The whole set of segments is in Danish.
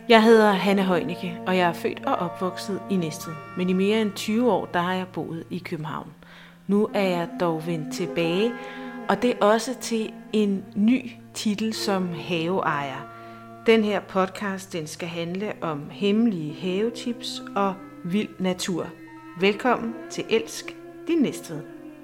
Jeg hedder Hanne Højnicke, og jeg er født og opvokset i Næstved. Men i mere end 20 år, der har jeg boet i København. Nu er jeg dog vendt tilbage, og det er også til en ny titel som haveejer. Den her podcast, den skal handle om hemmelige havetips og vild natur. Velkommen til Elsk din Næstved.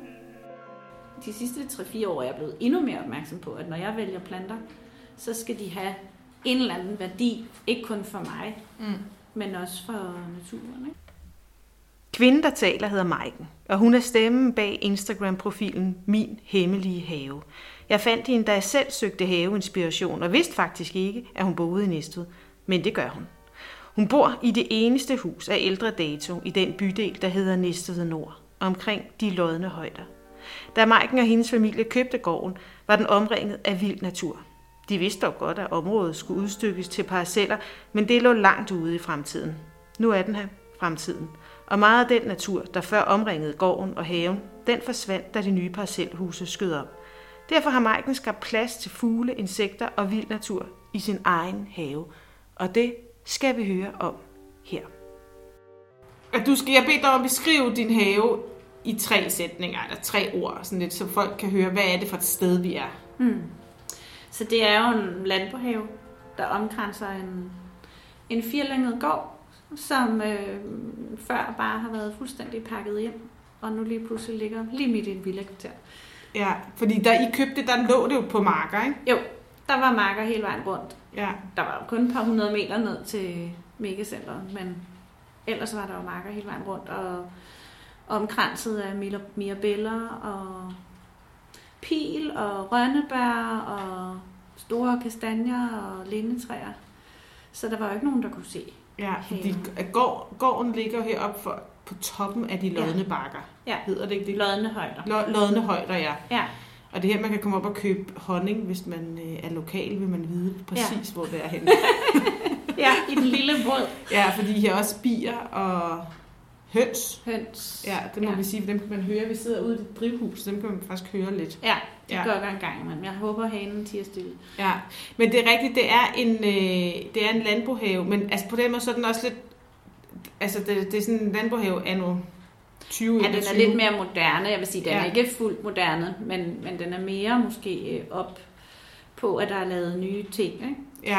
De sidste 3-4 år er jeg blevet endnu mere opmærksom på, at når jeg vælger planter, så skal de have en eller anden værdi, ikke kun for mig, men også for naturen. Ikke? Kvinden, der taler, hedder Maiken, og hun er stemmen bag Instagram-profilen Min Hemmelige Have. Jeg fandt hende, da jeg selv søgte haveinspiration, og vidste faktisk ikke, at hun boede i Næstved, men det gør hun. Hun bor i det eneste hus af ældre dato i den bydel, der hedder Næstved Nord, omkring de lodne højder. Da Maiken og hendes familie købte gården, var den omringet af vild natur. De vidste dog godt, at området skulle udstykkes til parceller, men det lå langt ude i fremtiden. Nu er den her fremtiden. Og meget af den natur, der før omringede gården og haven, den forsvandt, da de nye parcelhuse skød op. Derfor har Maiken skabt plads til fugle, insekter og vild natur i sin egen have. Og det skal vi høre om her. Jeg beder dig om at beskrive din have i 3 sætninger, eller 3 ord, sådan lidt, så folk kan høre, hvad er det for et sted, vi er. Så det er jo en landbohave, der omkranser en 4-længet gård, som før bare har været fuldstændig pakket ind, og nu lige pludselig ligger lige midt i en villakvarter. Ja, fordi da I købte, der lå det jo på marker, ikke? Jo, der var marker hele vejen rundt. Ja. Der var jo kun et par 100 meter ned til megacenteret, men ellers var der jo marker hele vejen rundt, og omkranset af mirabeller og pil og rønnebær og store kastanjer og lindetræer. Så der var jo ikke nogen, der kunne se. Ja, fordi gården ligger heroppe på toppen af de lodne bakker. Ja, hedder det ikke det? Lodne højder. Lodne højder, ja. Ja. Og det her, man kan komme op og købe honning, hvis man er lokal, vil man vide præcis, hvor det er henne. Ja, i den lille båd. Ja, fordi her er også bier og høns. Ja, det må vi sige, for dem kan man høre. Vi sidder ude i et drivhus, dem kan man faktisk høre lidt. Ja, det gør jeg en gang, men jeg håber, hanen tiger stille. Ja, men det er rigtigt, det er en landbohave, men altså på den måde så er den også lidt, altså det er sådan en landbohave anno 20. Ja, den er lidt mere moderne, jeg vil sige, den er ikke fuldt moderne, men den er mere måske op på, at der er lavet nye ting, ikke? Ja.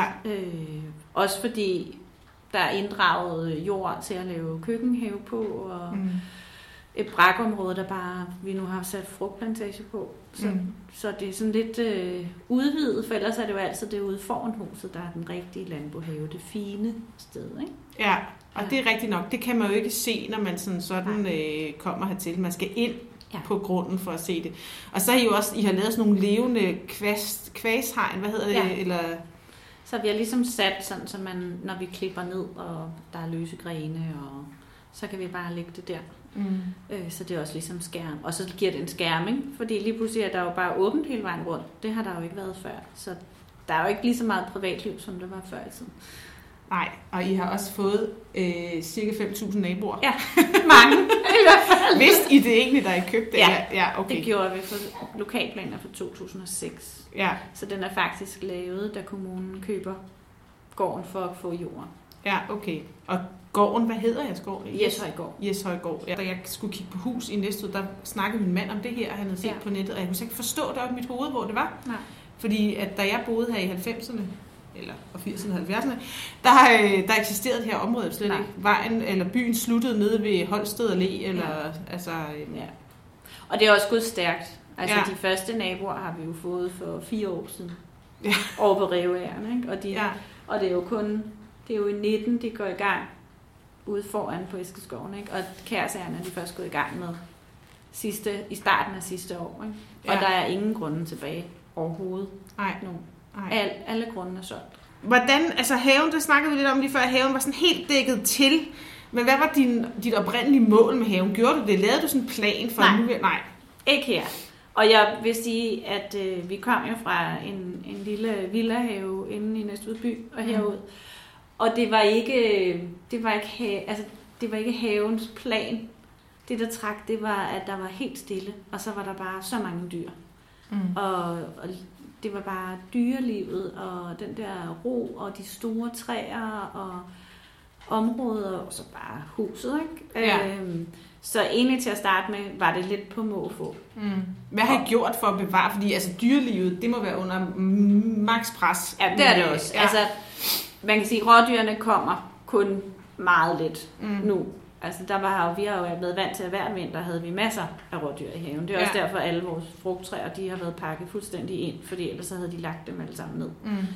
Også fordi der er inddraget jord til at lave køkkenhave på, og et brakområde, der bare vi nu har sat frugtplantage på. Så det er sådan lidt udvidet, for ellers er det jo altid det ude foran huset, der er den rigtige landbohave, det fine sted, ikke? Ja, og det er rigtigt nok. Det kan man jo ikke se, når man sådan kommer hertil. Man skal ind på grunden for at se det. Og så har I jo også, I har lavet sådan nogle levende kvæshegn, hvad hedder det? Ja. Eller så vi har ligesom sat sådan, så man, når vi klipper ned, og der er løse grene, og så kan vi bare lægge det der. Så det er også ligesom skærm. Og så giver det en skærming, fordi lige pludselig er der jo bare åbent hele vejen rundt. Det har der jo ikke været før. Så der er jo ikke lige så meget privatliv, som det var før i tiden. Nej, og I har også fået cirka 5.000 naboer. Ja, mange i hvert fald. Vidste I det egentlig, da I købte det? Ja, okay. Det gjorde vi for lokalplaner for 2006. Ja. Så den er faktisk lavet, da kommunen køber gården for at få jorden. Ja, okay. Og gården, hvad hedder jeres gård? Jeshøjgård. Ja. Da jeg skulle kigge på hus i Næstved, der snakkede min mand om det her, han havde set på nettet, og jeg kunne ikke forstå det op i mit hoved, hvor det var. Nej. Fordi at da jeg boede her i 90'erne, eller 80'erne og 70'erne, der eksisterede det her område slet ikke. Vejen eller byen sluttede nede ved Holsted Allé, eller Ja. Og det er også gået stærkt. Altså de første naboer har vi jo fået for 4 år siden. Ja. Over på Ræveagerne, ikke? Og det er jo kun, det er jo i 19, de går i gang ude foran på Eskeskoven, ikke? Og Kærsagerne er de først gået i gang med i starten af sidste år, ikke? Ja. Og der er ingen grunde tilbage overhovedet. Nej. Alle grunde er solgt. Hvordan, altså haven, der snakkede vi lidt om lige før, haven var sådan helt dækket til, men hvad var dit oprindelige mål med haven? Gjorde du det? Lavede du sådan en plan for Nej, ikke her. Og jeg vil sige, at vi kom jo fra en lille villahave inde i Næstved by og herud. Og det var ikke havens plan. Det der trak, det var, at der var helt stille, og så var der bare så mange dyr. Og det var bare dyrelivet, og den der ro, og de store træer, og områder, og så bare huset, ikke? Ja. Så egentlig til at starte med, var det lidt på måfå. Hvad har I gjort for at bevare? Fordi altså, dyrelivet, det må være under maks pres. Ja, det er det også. Ja. Altså, man kan sige, at rådyrene kommer kun meget lidt nu. Altså, vi har jo været vant til, at hver vinter havde vi masser af rådyr i haven. Det er også derfor, at alle vores frugttræer, de har været pakket fuldstændig ind, fordi ellers så havde de lagt dem alle sammen ned.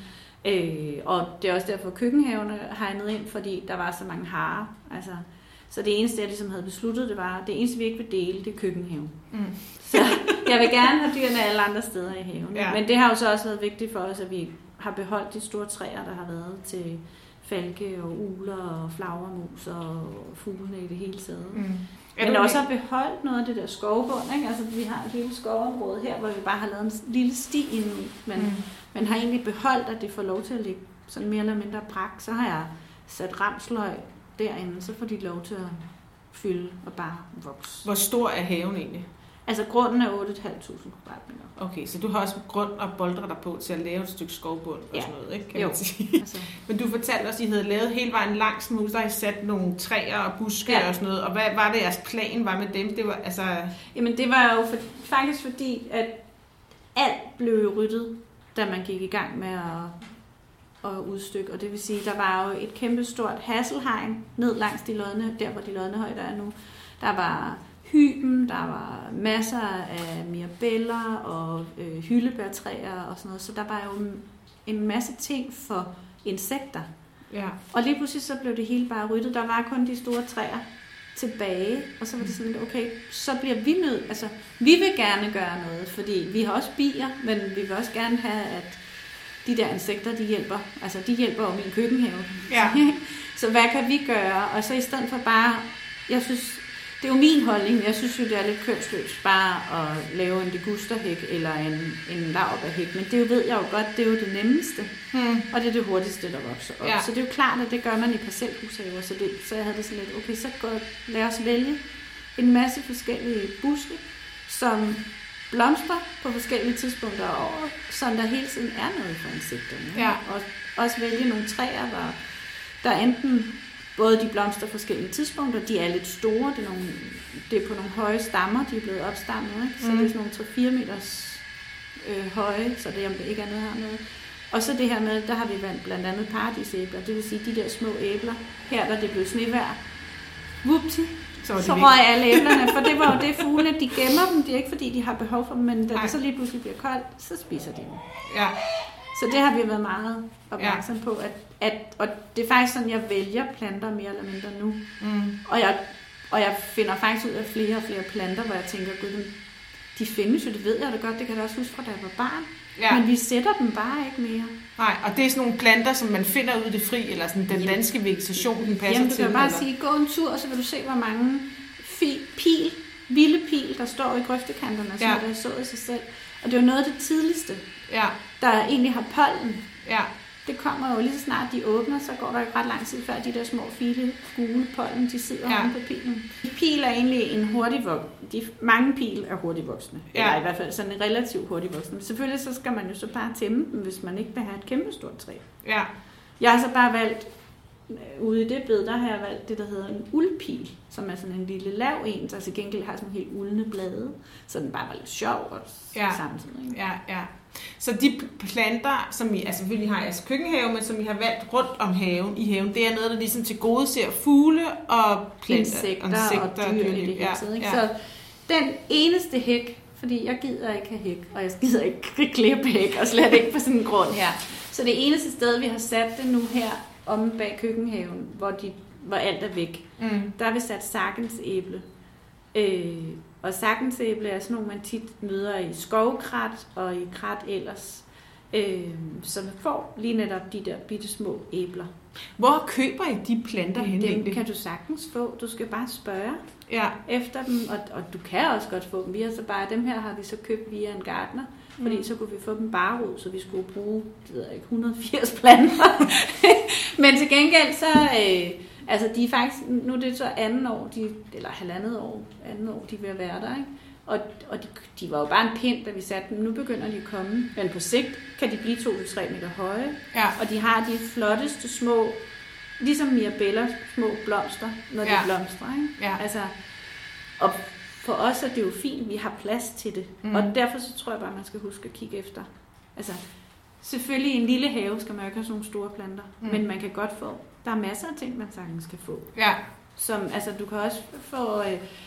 Og det er også derfor, at køkkenhavene hegnede ind, fordi der var så mange harer. Altså, så det eneste, jeg ligesom havde besluttet, det eneste, vi ikke vil dele, det er køkkenhaven. Så jeg vil gerne have dyrene alle andre steder i haven. Ja. Men det har jo så også været vigtigt for os, at vi har beholdt de store træer, der har været til falke og ugler og flagermus og fuglene i det hele taget. Men også har beholdt noget af det der skovbund, ikke? Altså, vi har et lille skovområde her, hvor vi bare har lavet en lille sti ind, men har egentlig beholdt, at det får lov til at ligge sådan mere eller mindre brak. Så har jeg sat ramsløg derinde, så får de lov til at fylde og bare vokse. Hvor stor er haven egentlig? Altså grunden er 8.500 kvadratmeter. Okay, så du har også grund at boldre dig på til at lave et stykke skovbund og sådan noget, ikke? Kan man sige. Altså. Men du fortalte også, at I havde lavet hele vejen langs huset, der har I sat nogle træer og buske og sådan noget. Og hvad var det, jeres plan var med dem? Det var, altså... Jamen det var jo faktisk fordi, at alt blev ryddet, da man gik i gang med at udstykke. Og det vil sige, der var jo et kæmpestort hasselhegn ned langs de lodne, der hvor de lodnehøjder er nu. Der var hyben, der var masser af mirabeller og hyldebærtræer og sådan noget. Så der var jo en masse ting for insekter. Ja. Og lige pludselig så blev det hele bare ryddet. Der var kun de store træer tilbage, og så var det sådan lidt, okay, så bliver vi nødt, altså vi vil gerne gøre noget, fordi vi har også bier, men vi vil også gerne have, at de der insekter, de hjælper jo min køkkenhave. Ja. Så hvad kan vi gøre? Og så i stedet for bare, jeg synes, det er jo min holdning, jeg synes jo, det er lidt kønsløst bare at lave en degusterhæk eller en laurbærhæk, men det ved jeg jo godt, det er jo det nemmeste, og det er det hurtigste, der vokser op. Ja. Så det er jo klart, at det gør man i parcelhushaver, så jeg havde det sådan lidt, okay, så lad os vælge en masse forskellige buske, som blomster på forskellige tidspunkter af året, så der hele tiden er noget for insekterne. Ja. Og også vælge nogle træer, der enten både de blomster forskellige tidspunkter, de er lidt store, det er på nogle høje stammer, de er blevet opstammet, ikke? Så det er sådan nogle 3-4 meters høje, så det om det ikke er noget her noget. Og så det her med, der har vi blandt andet paradisæbler, det vil sige de der små æbler, her der det blev snevejr, vupti, så røg alle æblerne, for det var jo det fuglene, de gemmer dem, det er ikke fordi de har behov for dem, men da det så lige pludselig bliver koldt, så spiser de dem. Ja. Så det har vi været meget opmærksom på, og det er faktisk sådan, jeg vælger planter mere eller mindre nu. Og jeg finder faktisk ud af flere og flere planter, hvor jeg tænker, gud, de findes jo, det ved jeg da godt, det kan jeg også huske fra, da jeg var barn. Ja. Men vi sætter dem bare ikke mere. Nej, og det er sådan nogle planter, som man finder ude i det fri, eller sådan den danske vegetation, den passer til. Du kan bare sige, gå en tur, og så vil du se, hvor mange vilde pil, der står i grøftekanterne, som der er sået i sig selv. Og det er jo noget af det tidligste, der egentlig har pollen. Ja. Det kommer jo lige så snart de åbner, så går der ikke ret lang tid før de der små gule pollen, de sidder oven på pilen. Pil er egentlig en mange pil er hurtigvoksne, eller i hvert fald sådan en relativt hurtigvoksne. Selvfølgelig så skal man jo så bare tæmme dem, hvis man ikke vil have et kæmpestort træ. Ja. Jeg har så bare valgt, ude i det bed, der har jeg valgt det, der hedder en uldpil, som er sådan en lille lav en, der til gengæld har sådan helt uldne blade, så den bare var lidt sjov og samtidig. Ja. Så de planter, som I selvfølgelig har i jeres køkkenhave, men som I har valgt rundt om i haven, det er noget, der ligesom til gode ser fugle og insekter og dyr i det hele tiden. Så den eneste hæk, fordi jeg gider ikke have hæk, og jeg gider ikke klippe hæk, og slet ikke på sådan en grund her. Så det eneste sted, vi har sat det nu her, omme bag køkkenhaven, hvor alt er væk, der har vi sat sakkensæble. Og sakkensæble er sådan nogle, man tit møder i skovkrat og i krat ellers, som får lige netop de der bitte små æbler. Hvor køber I de planter hen? Dem kan du sagtens få. Du skal bare spørge efter dem, og du kan også godt få dem. Vi har så bare, dem her har vi så købt via en gartner, fordi så kunne vi få dem bare ud, så vi skulle bruge 180 planter. Men til gengæld så... de er faktisk, nu er det så andet år, de er ved at være der, ikke? Og de var jo bare en pind, da vi satte dem. Nu begynder de at komme. Men på sigt kan de blive 2-3 meter høje. Ja. Og de har de flotteste små, ligesom Mirabella, små blomster, når de blomstrer. Ikke? Ja. Altså, og for os er det jo fint, vi har plads til det. Og derfor så tror jeg bare, man skal huske at kigge efter. Altså, selvfølgelig i en lille have skal man jo ikke have sådan nogle store planter. Men man kan godt få, der er masser af ting, man sagtens kan få. Ja. Som, altså, du kan også få...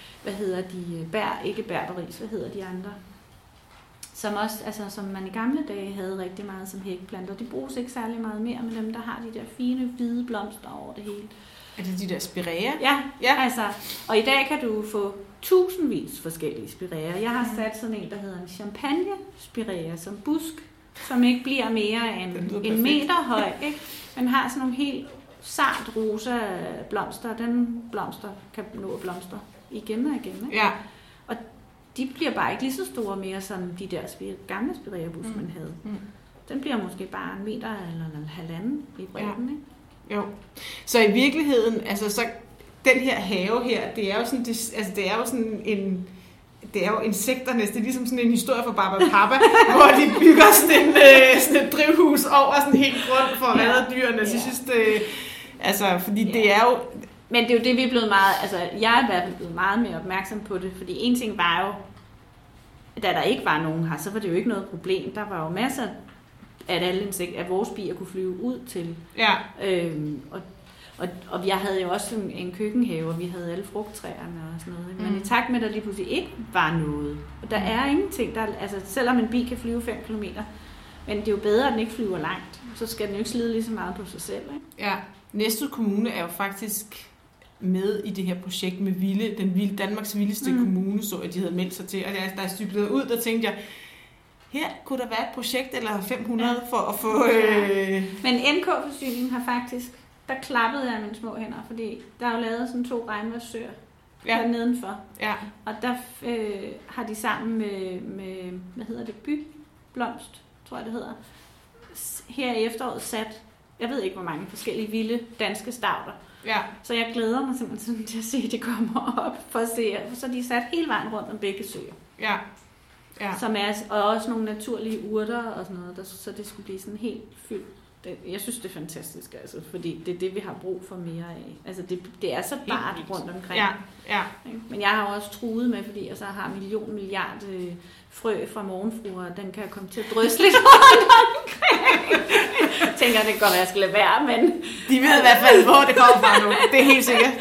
ikke bærberis, hvad hedder de andre? Som også, altså som man i gamle dage havde rigtig meget som hækplanter. De bruges ikke særlig meget mere, men dem, der har de der fine, hvide blomster over det hele. Er det de der spiræer? Ja, altså. Og i dag kan du få tusindvis forskellige spiræer. Jeg har sat sådan en, der hedder en champagne-spiræer som busk, som ikke bliver mere end en meter høj, ikke? Men har sådan nogle helt sart rosa blomster. Den blomster kan nå at blomstre igen og igen. Ikke? Ja. Og de bliver bare ikke lige så store mere, som de der gamle spirærbus, man havde. Den bliver måske bare en meter eller halvanden i bredden. Ikke? Jo. Så i virkeligheden, altså så den her have her, det er jo sådan, det er jo insekternes, det er ligesom sådan en historie fra Barbara Papa, hvor de bygger sådan et drivhus over sådan helt rundt for at redde dyrene. Ja. Så jeg synes, altså, fordi det er jo... Men det er jo det, vi er blevet meget... Altså, jeg er i hvert fald blevet meget mere opmærksom på det, fordi en ting var jo, da der ikke var nogen her, så var det jo ikke noget problem. Der var jo masser af alle insekter, at vores bier kunne flyve ud til. Ja. Og jeg havde jo også en køkkenhave, og vi havde alle frugttræerne og sådan noget. Men i takt med, at der lige pludselig ikke var noget. Og der er ingenting, der... Altså, selvom en bi kan flyve 5 kilometer, men det er jo bedre, at den ikke flyver langt. Så skal den jo ikke slide lige så meget på sig selv, ikke? Ja. Næstved Kommune er jo faktisk med i det her projekt med Danmarks vildeste kommune, så at de havde meldt sig til. Og da jeg cyklede ud, der tænkte jeg, her kunne der være et projekt eller 500 for at få... Men NK-forsyningen har faktisk, der klappede jeg mine små hænder, fordi der er jo lavet sådan 2 regnvejrssøer der nedenfor. Ja. Og der har de sammen med hvad hedder det, byblomst, tror jeg det hedder, her i efteråret sat, jeg ved ikke hvor mange forskellige vilde danske stauder. Ja. Så jeg glæder mig simpelthen til at se, at det kommer op for at se. Så de er sat hele vejen rundt om begge søer. Ja. Ja. Som er, og også nogle naturlige urter og sådan noget, så det skulle blive sådan helt fyldt. Jeg synes, det er fantastisk, altså, fordi det er det, vi har brug for mere af. Altså, det er så bart rundt omkring. Ja. Ja. Men jeg har også truet med, fordi jeg så har milliard frø fra morgenfruer, den kan komme til at drysse lidt rundt omkring. Jeg tænker, det går, at jeg skal lade være, men... De ved i hvert fald, hvor det kommer fra nu. Det er helt sikkert.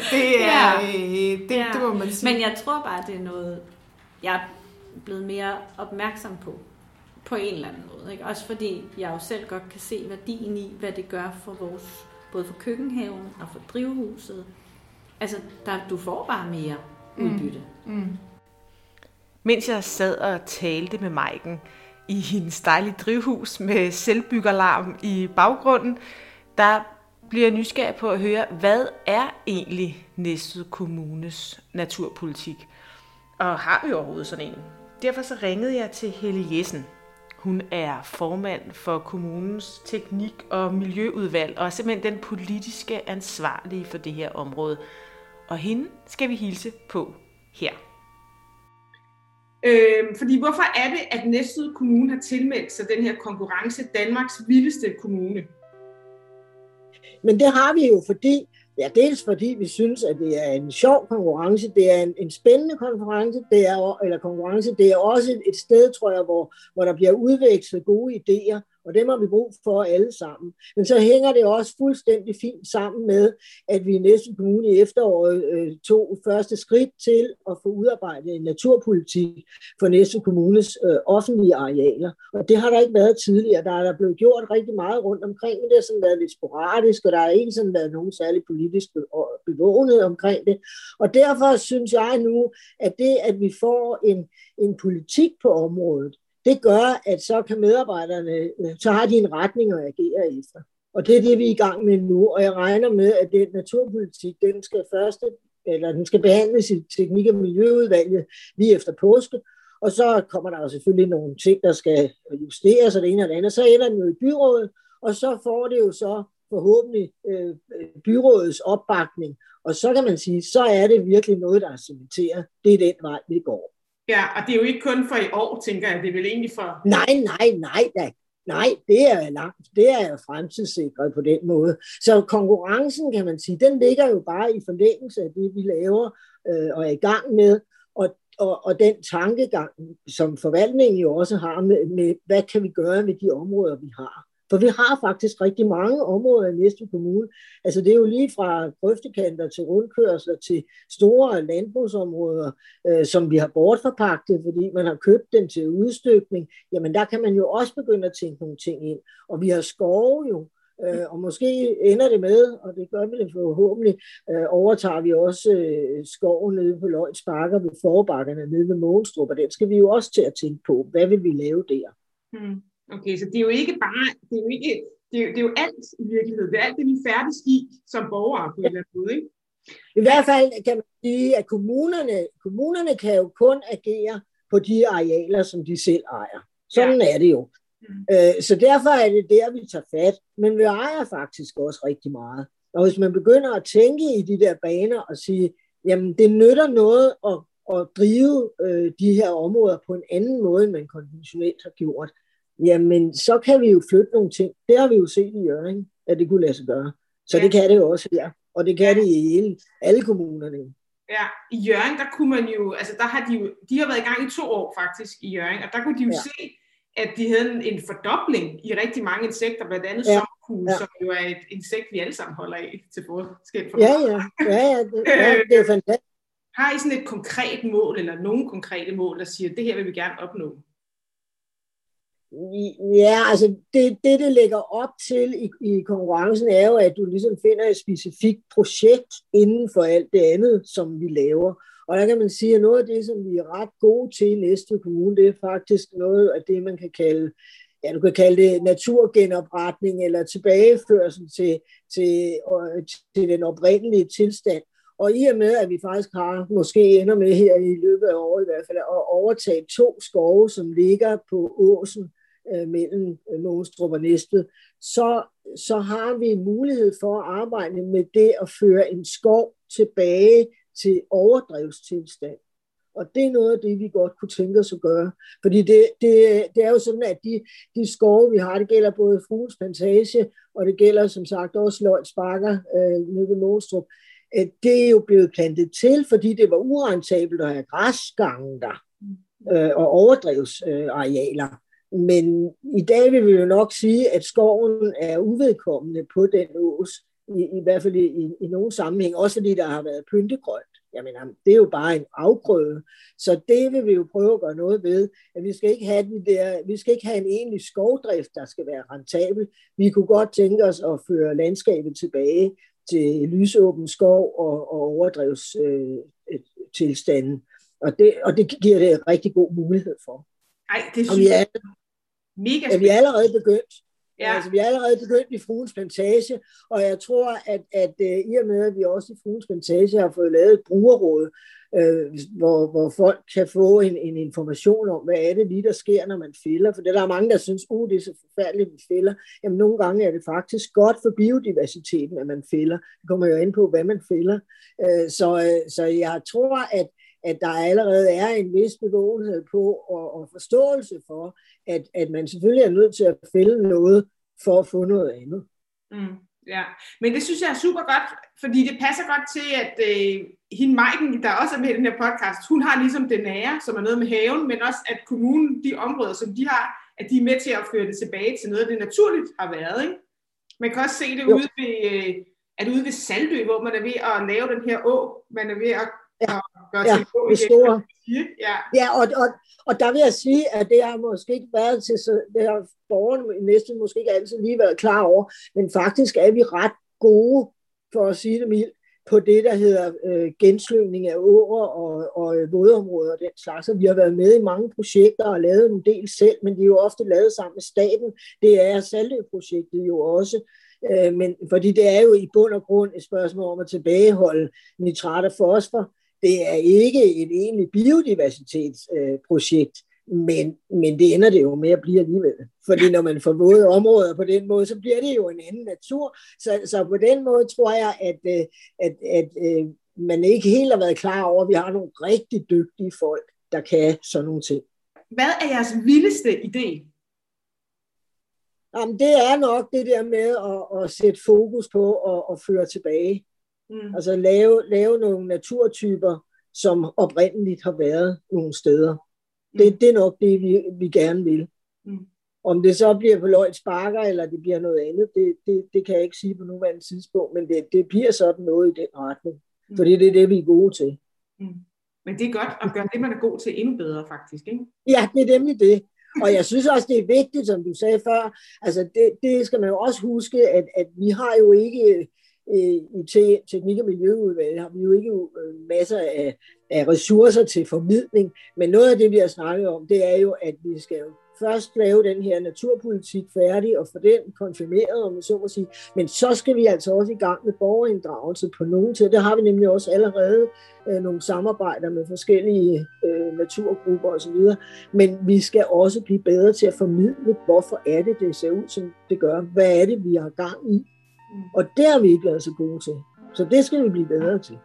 Det må man sige. Men jeg tror bare, det er noget, jeg er blevet mere opmærksom på en eller anden måde. Ikke? Også fordi jeg jo selv godt kan se værdien i, hvad det gør for vores, både for køkkenhaven og for drivhuset. Altså, du får bare mere udbytte. Mens jeg sad og talte med Maiken i hendes dejlige drivhus med selvbyggerlarm i baggrunden, der bliver jeg nysgerrig på at høre, hvad er egentlig Næstved Kommunes naturpolitik? Og har vi overhovedet sådan en? Derfor så ringede jeg til Helle Jessen. Hun er formand for kommunens teknik- og miljøudvalg, og er simpelthen den politiske ansvarlige for det her område. Og hende skal vi hilse på her. Fordi hvorfor er det, at Næstved Kommune har tilmeldt sig den her konkurrence, Danmarks vildeste kommune? Men det har vi jo, dels fordi vi synes, at det er en sjov konkurrence, det er en spændende konkurrence, det er også et sted, tror jeg, hvor der bliver udvekslet gode idéer, og dem har vi brug for alle sammen. Men så hænger det også fuldstændig fint sammen med, at vi i Næstved Kommune i efteråret tog første skridt til at få udarbejdet en naturpolitik for Næstved Kommunes offentlige arealer. Og det har der ikke været tidligere. Der er blevet gjort rigtig meget rundt omkring, men det har sådan været lidt sporadisk, og der har ikke sådan været nogen særlig politisk bevågenhed omkring det. Og derfor synes jeg nu, at det, at vi får en politik på området, det gør, at så kan medarbejderne, så har de en retning at agere efter. Og det er det, vi er i gang med nu. Og jeg regner med, at den naturpolitik, den skal behandles i teknik- og miljøudvalget lige efter påske. Og så kommer der jo selvfølgelig nogle ting, der skal justeres, og det ene og det andet. Så ender den jo i byrådet, og så får det jo så forhåbentlig byrådets opbakning. Og så kan man sige, så er det virkelig noget, der er cementeret. Det er den vej, vi går. Ja, og det er jo ikke kun for i år, tænker jeg, det er vel egentlig for... Nej, det er fremtidssikret på den måde. Så konkurrencen, kan man sige, den ligger jo bare i forlængelse af det, vi laver og er i gang med, og den tankegang, som forvaltningen jo også har med, hvad kan vi gøre med de områder, vi har. For vi har faktisk rigtig mange områder i Næstved Kommune. Altså det er jo lige fra grøftekanter til rundkørsler til store landbrugsområder, som vi har bortforpagtet, fordi man har købt dem til udstykning. Jamen der kan man jo også begynde at tænke nogle ting ind. Og vi har skove jo, og måske ender det med, og det gør vi det forhåbentlig, overtager vi også skoven nede på Løjts Bakker ved Forbakkerne nede ved Mogenstrup, og den skal vi jo også til at tænke på. Hvad vil vi lave der? Okay, så det er jo ikke bare, det er jo alt i virkeligheden. Det er alt det, vi er færdig i som borgere på en eller anden måde, ikke? I hvert fald kan man sige, at kommunerne kan jo kun agere på de arealer, som de selv ejer. Sådan er det jo. Så derfor er det der, vi tager fat. Men vi ejer faktisk også rigtig meget. Og hvis man begynder at tænke i de der baner og sige, jamen det nytter noget at drive de her områder på en anden måde, end man konventionelt har gjort, jamen så kan vi jo flytte nogle ting. Det har vi jo set i Hjørring, at det kunne lade sig gøre. Så det kan det jo også her. Og det kan det i alle kommunerne. Ja, i Hjørring, der kunne man jo, altså der har de har været i gang i 2 år faktisk i Hjørring, og der kunne de jo se, at de havde en fordobling i rigtig mange insekter, blandt andet sommerfugle, som jo er et insekt, vi alle sammen holder af til forskel fra det er fantastisk. Har I sådan et konkret mål, eller nogle konkrete mål, der siger, det her vil vi gerne opnå? Ja, altså det lægger op til i konkurrencen er jo, at du ligesom finder et specifikt projekt inden for alt det andet, som vi laver. Og der kan man sige, at noget af det, som vi er ret gode til i Næstved Kommune, det er faktisk noget af det, man kan kalde, du kan kalde det naturgenopretning eller tilbageførsel til den oprindelige tilstand. Og i og med, at vi faktisk har, måske ender med her i løbet af året i hvert fald, at overtage 2 skove, som ligger på åsen mellem Mogenstrup og Næstved, så har vi en mulighed for at arbejde med det at føre en skov tilbage til overdrevstilstand. Og det er noget af det, vi godt kunne tænke os at gøre. Fordi det er jo sådan, at de skove, vi har, det gælder både Fruens Plantage, og det gælder som sagt også Løjts Bakker nede ved Mogenstrup. Det er jo blevet plantet til, fordi det var urentabelt at have græsgangen der og overdrevsarealer. Men i dag vil vi jo nok sige, at skoven er uvedkommende på den ås, i hvert fald i nogle sammenhæng, også fordi der har været pyntegrønt. Jeg mener, det er jo bare en afgrøde. Så det vil vi jo prøve at gøre noget ved. At vi skal ikke have en egentlig skovdrift, der skal være rentabel. Vi kunne godt tænke os at føre landskabet tilbage til lysåben skov og overdrevstilstanden. Og det giver det en rigtig god mulighed for. Ej, det synes jeg mega spændende. Vi er allerede begyndt. Ja. Altså, vi er allerede begyndt i Fruens Plantage, og jeg tror, at i og med, at vi også i Fruens Plantage har fået lavet et brugerråd, hvor folk kan få en information om, hvad er det lige, der sker, når man fælder. For der er mange, der synes, det er så forfærdeligt, at vi fælder. Jamen, nogle gange er det faktisk godt for biodiversiteten, at man fælder. Det kommer jo ind på, hvad man fælder. Så jeg tror, at der allerede er en vis bevågenhed på og forståelse for, at man selvfølgelig er nødt til at fælde noget for at få noget andet. Ja, men det synes jeg er super godt, fordi det passer godt til, at hende Maiken, der også er med i den her podcast, hun har ligesom det nære, som er noget med haven, men også at kommunen, de områder, som de har, at de er med til at føre det tilbage til noget, det naturligt har været. Ikke? Man kan også se det ude ved Saldø, hvor man er ved at lave den her å, man er ved at det store. Ja, og der vil jeg sige, at det har måske ikke været til, så det har borgerne næsten måske ikke altid lige været klar over, men faktisk er vi ret gode, for at sige det mildt, på det, der hedder genslyngning af åer og vådområder og den slags. Vi har været med i mange projekter og lavet en del selv, men de er jo ofte lavet sammen med staten. Det er Saldø-projektet jo også. Men fordi det er jo i bund og grund et spørgsmål om at tilbageholde nitrat og fosfor. Det er ikke et egentligt biodiversitetsprojekt, men det ender det jo med at blive alligevel. Fordi når man får våde områder på den måde, så bliver det jo en anden natur. Så på den måde tror jeg, at man ikke helt har været klar over, at vi har nogle rigtig dygtige folk, der kan sådan nogle ting. Hvad er jeres vildeste idé? Jamen, det er nok det der med at sætte fokus på og føre tilbage. Altså lave nogle naturtyper, som oprindeligt har været nogle steder. Det er nok det, vi gerne vil. Om det så bliver på Lloyds Bakker, eller det bliver noget andet, det kan jeg ikke sige på nuværende tidspunkt, men det bliver sådan noget i den retning. Fordi det er det, vi er gode til. Men det er godt at gøre det, man er god til, endnu bedre faktisk, ikke? Ja, det er nemlig det. Og jeg synes også, det er vigtigt, som du sagde før, altså det skal man jo også huske, at vi har jo ikke i teknik- og miljøudvalget, har vi jo ikke masser af ressourcer til formidling, men noget af det, vi har snakket om, det er jo, at vi skal jo først lave den her naturpolitik færdig og få den konfirmeret, om man så må sige. Men så skal vi altså også i gang med borgerinddragelse på nogen til. Der har vi nemlig også allerede nogle samarbejder med forskellige naturgrupper osv. Men vi skal også blive bedre til at formidle, hvorfor er det ser ud, som det gør. Hvad er det, vi har gang i? Og det har vi ikke været så gode til. Så det skal vi blive bedre til.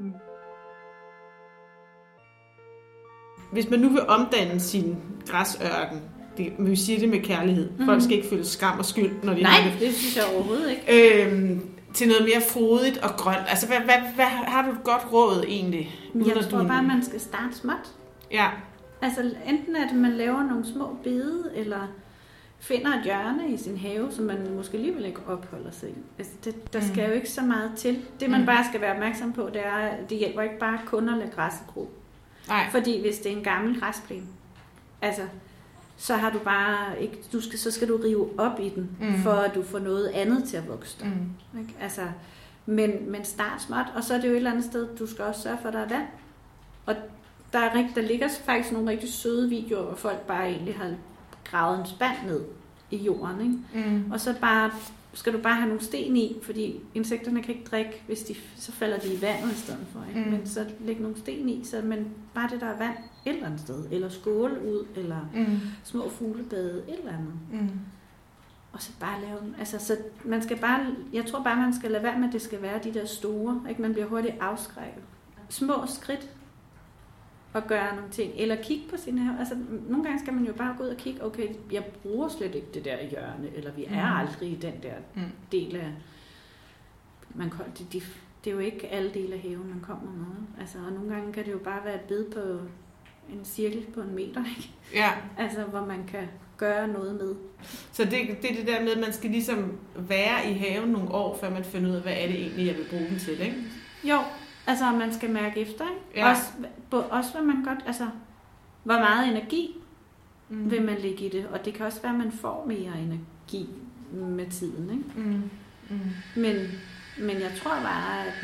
Hvis man nu vil omdanne sin græsørken, vi siger det med kærlighed. Folk skal ikke føle skam og skyld, når de har det. Det synes jeg overhovedet ikke. Til noget mere frodigt og grønt. Altså, hvad har du et godt råd egentlig? Jeg tror bare, man skal starte småt. Ja. Altså, enten at man laver nogle små bede, eller finder et hjørne i sin have, som man måske alligevel ikke opholder sig i. Altså, der skal jo ikke så meget til. Det, man bare skal være opmærksom på, det er, at det hjælper ikke bare kun at lade græsset gro. Nej. Fordi hvis det er en gammel græsplæne, altså, så har du bare ikke, så skal du rive op i den, for at du får noget andet til at vokse der. Ikke? Altså, men start småt, og så er det jo et eller andet sted, du skal også sørge for, at der er vand. Og der ligger faktisk nogle rigtig søde videoer, hvor folk bare egentlig har gravet en spand ned i jorden, ikke? Og så skal du bare have nogle sten i, fordi insekterne kan ikke drikke, så falder de i vandet i stedet for. Ikke? Men så læg nogle sten i, men bare det der er vand et eller andet sted, eller skåle ud, eller små fuglebade, et eller andet. Og så bare lave dem. Altså, så man skal jeg tror bare, man skal lade være med, at det skal være de der store, ikke? Man bliver hurtigt afskrækket. Små skridt og gøre nogle ting, eller kigge på sin have. Altså, nogle gange skal man jo bare gå ud og kigge, okay, jeg bruger slet ikke det der hjørne, eller vi er aldrig i den der del af... Det er jo ikke alle dele af haven, man kommer med. Altså, og nogle gange kan det jo bare være et bed på en cirkel på 1 meter, ikke? Ja. Altså, hvor man kan gøre noget med. Så det er det der med, at man skal ligesom være i haven nogle år, før man finder ud af, hvad er det egentlig, jeg vil bruge den til, ikke? Jo. Altså, man skal mærke efter, ikke? Ja. Også hvad man godt, altså, hvor meget energi vil man lægge i det, og det kan også være, at man får mere energi med tiden, ikke? Men jeg tror bare, at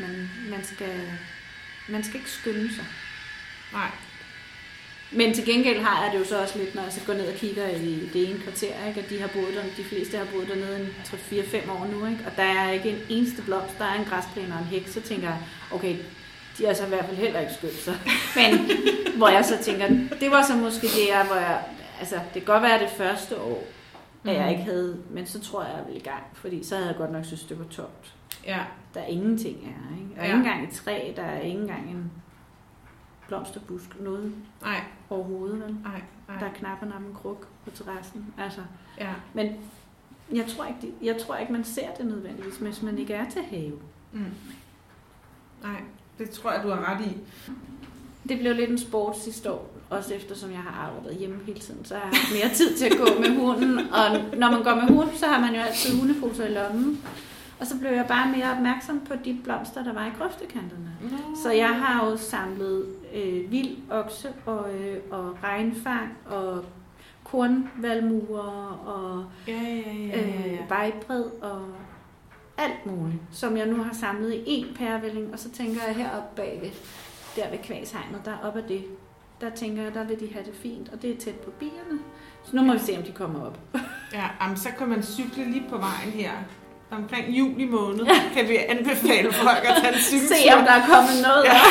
man skal ikke skynde sig. Nej. Men til gengæld har jeg det jo så også lidt, når jeg så går ned og kigger i det ene kvarter, ikke? At de fleste har boet dernede 3-4-5 år nu, ikke? Og der er ikke en eneste blomst, der er en græsplæne og en hæk, så tænker jeg, okay, de har så i hvert fald heller ikke skyldt sig. Men hvor jeg så tænker, det var så måske det, hvor jeg, altså det kan godt være det første år, at jeg ikke havde, men så tror jeg ville i gang, fordi så havde jeg godt nok synes, det var tomt. Ja. Der er ingenting her, ikke? Og ikke engang et træ, der er ikke engang en blomsterbusk, noget overhovedet, vel? Nej. Der er knap en kruk på terrassen, altså. Ja. Men jeg tror ikke, man ser det nødvendigvis, hvis man ikke er til have. Nej, det tror jeg, du har ret i. Det blev lidt en sport sidste år, også eftersom jeg har arbejdet hjemme hele tiden, så har jeg haft mere tid til at gå med hunden. Og når man går med hunden, så har man jo altid hundeposer i lommen. Og så blev jeg bare mere opmærksom på de blomster, der var i grøftekanterne. Så jeg har jo samlet vild okse og regnfang og kornvalmuer og vejbred og alt muligt, som jeg nu har samlet i en pærevælling, og så tænker jeg heroppe bagved, der ved Kvæshegnet, der oppe af det, der tænker jeg, der vil de have det fint, og det er tæt på bierne. Så nu må vi se, om de kommer op. Ja, så kan man cykle lige på vejen her. Omkring juli måned kan vi anbefale folk at tage en cykeltur. Se, om der er kommet noget. Ja.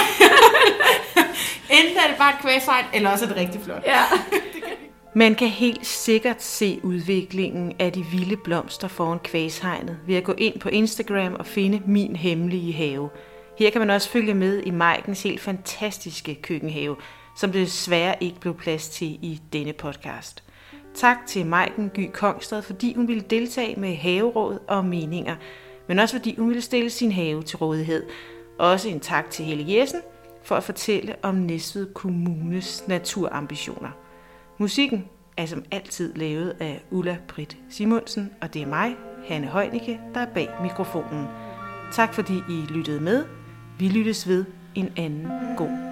Enten er det bare Kvæshegn, eller også er det rigtig flot. Ja. Man kan helt sikkert se udviklingen af de vilde blomster foran Kvæshegnet ved at gå ind på Instagram og finde Min Hemmelige Have. Her kan man også følge med i Maikens helt fantastiske køkkenhave, som det desværre ikke blev plads til i denne podcast. Tak til Maiken Gy Kongstad, fordi hun ville deltage med haveråd og meninger, men også fordi hun ville stille sin have til rådighed. Også en tak til Helle Jessen for at fortælle om Næstved Kommunes naturambitioner. Musikken er som altid lavet af Ulla Britt Simonsen, og det er mig, Hanne Højnicke, der er bag mikrofonen. Tak fordi I lyttede med. Vi lyttes ved en anden god